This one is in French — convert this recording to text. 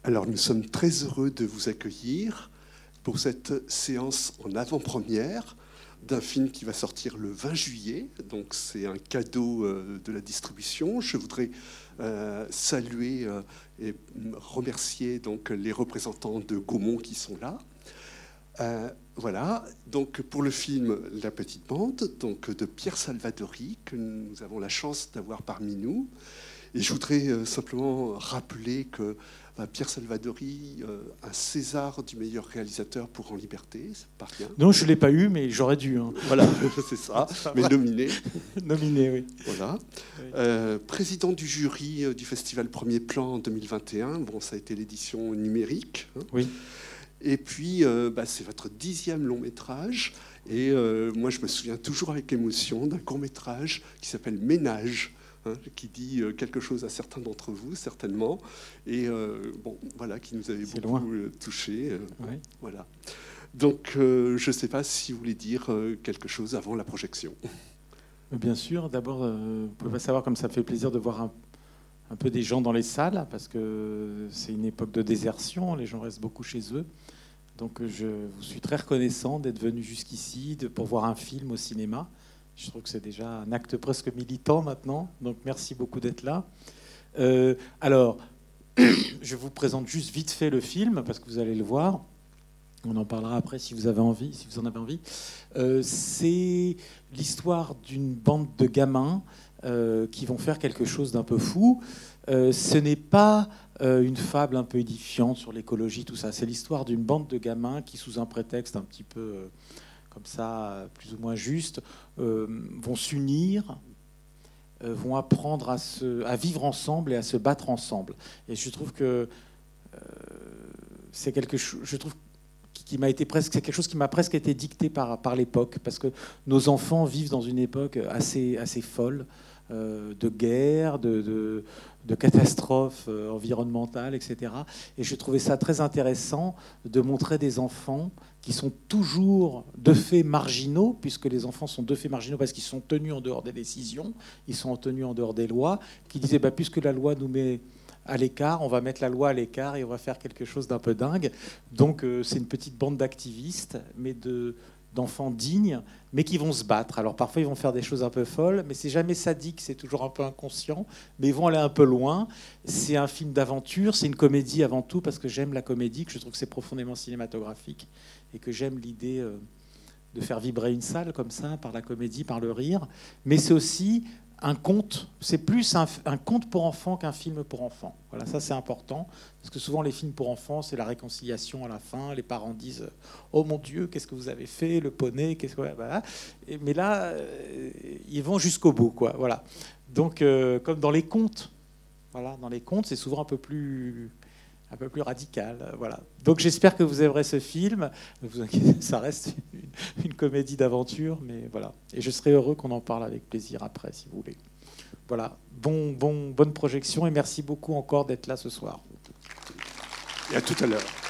Alors, nous sommes très heureux de vous accueillir pour cette séance en avant-première d'un film qui va sortir le 20 juillet. Donc, c'est un cadeau de la distribution. Je voudrais saluer et remercier donc les représentants de Gaumont qui sont là. Voilà, donc pour le film La Petite Bande, donc de Pierre Salvadori, que nous avons la chance d'avoir parmi nous. Et je voudrais simplement rappeler que Pierre Salvadori, un César du meilleur réalisateur pour En Liberté, c'est pas rien. Non, je ne l'ai pas eu, mais j'aurais dû. Hein. Voilà, c'est ça, mais nominé. Nominé, oui. Voilà. Oui. Président du jury du Festival Premier Plan en 2021. Bon, ça a été l'édition numérique. Hein. Oui. Et puis, c'est votre 10e long métrage. Et moi, je me souviens toujours avec émotion d'un court métrage qui s'appelle Ménage, hein, qui dit quelque chose à certains d'entre vous, certainement. Et voilà, qui nous avait beaucoup touchés. Oui. Voilà. Donc, je ne sais pas si vous voulez dire quelque chose avant la projection. Bien sûr. D'abord, vous pouvez pas savoir comme ça fait plaisir de voir un peu des gens dans les salles, parce que c'est une époque de désertion, les gens restent beaucoup chez eux. Donc je vous suis très reconnaissant d'être venu jusqu'ici pour voir un film au cinéma. Je trouve que c'est déjà un acte presque militant maintenant, donc merci beaucoup d'être là. Alors, je vous présente juste vite fait le film, parce que vous allez le voir. On en parlera après si vous avez envie, si vous en avez envie. C'est l'histoire d'une bande de gamins qui vont faire quelque chose d'un peu fou. Ce n'est pas une fable un peu édifiante sur l'écologie, tout ça. C'est l'histoire d'une bande de gamins qui, sous un prétexte un petit peu comme ça, plus ou moins juste, vont s'unir, vont apprendre à vivre ensemble et à se battre ensemble. Et je trouve que c'est quelque chose... Je trouve c'est quelque chose qui m'a presque été dicté par l'époque, parce que nos enfants vivent dans une époque assez folle, de guerre, de catastrophes environnementales, etc. Et je trouvais ça très intéressant de montrer des enfants qui sont toujours de fait marginaux, puisque les enfants sont de fait marginaux parce qu'ils sont tenus en dehors des décisions, ils sont tenus en dehors des lois, qui disaient puisque la loi nous met à l'écart, on va mettre la loi à l'écart et on va faire quelque chose d'un peu dingue. Donc c'est une petite bande d'activistes, mais d'enfants dignes, mais qui vont se battre. Alors parfois ils vont faire des choses un peu folles, mais c'est jamais sadique, c'est toujours un peu inconscient, mais ils vont aller un peu loin. C'est un film d'aventure, c'est une comédie avant tout, parce que j'aime la comédie, que je trouve que c'est profondément cinématographique, et que j'aime l'idée de faire vibrer une salle comme ça, par la comédie, par le rire. Mais c'est aussi un conte, c'est plus un conte pour enfants qu'un film pour enfants. Voilà, ça c'est important, parce que souvent les films pour enfants, c'est la réconciliation à la fin. Les parents disent « Oh mon Dieu, qu'est-ce que vous avez fait, le poney, qu'est-ce que... » voilà. Mais là, ils vont jusqu'au bout, quoi. Voilà. Donc, comme dans les contes, voilà, dans les contes, c'est souvent un peu plus radical. Voilà. Donc j'espère que vous aimerez ce film. Ne vous inquiétez, ça reste une comédie d'aventure, mais voilà. Et je serai heureux qu'on en parle avec plaisir après, si vous voulez. Voilà. Bonne projection et merci beaucoup encore d'être là ce soir. Et à tout à l'heure.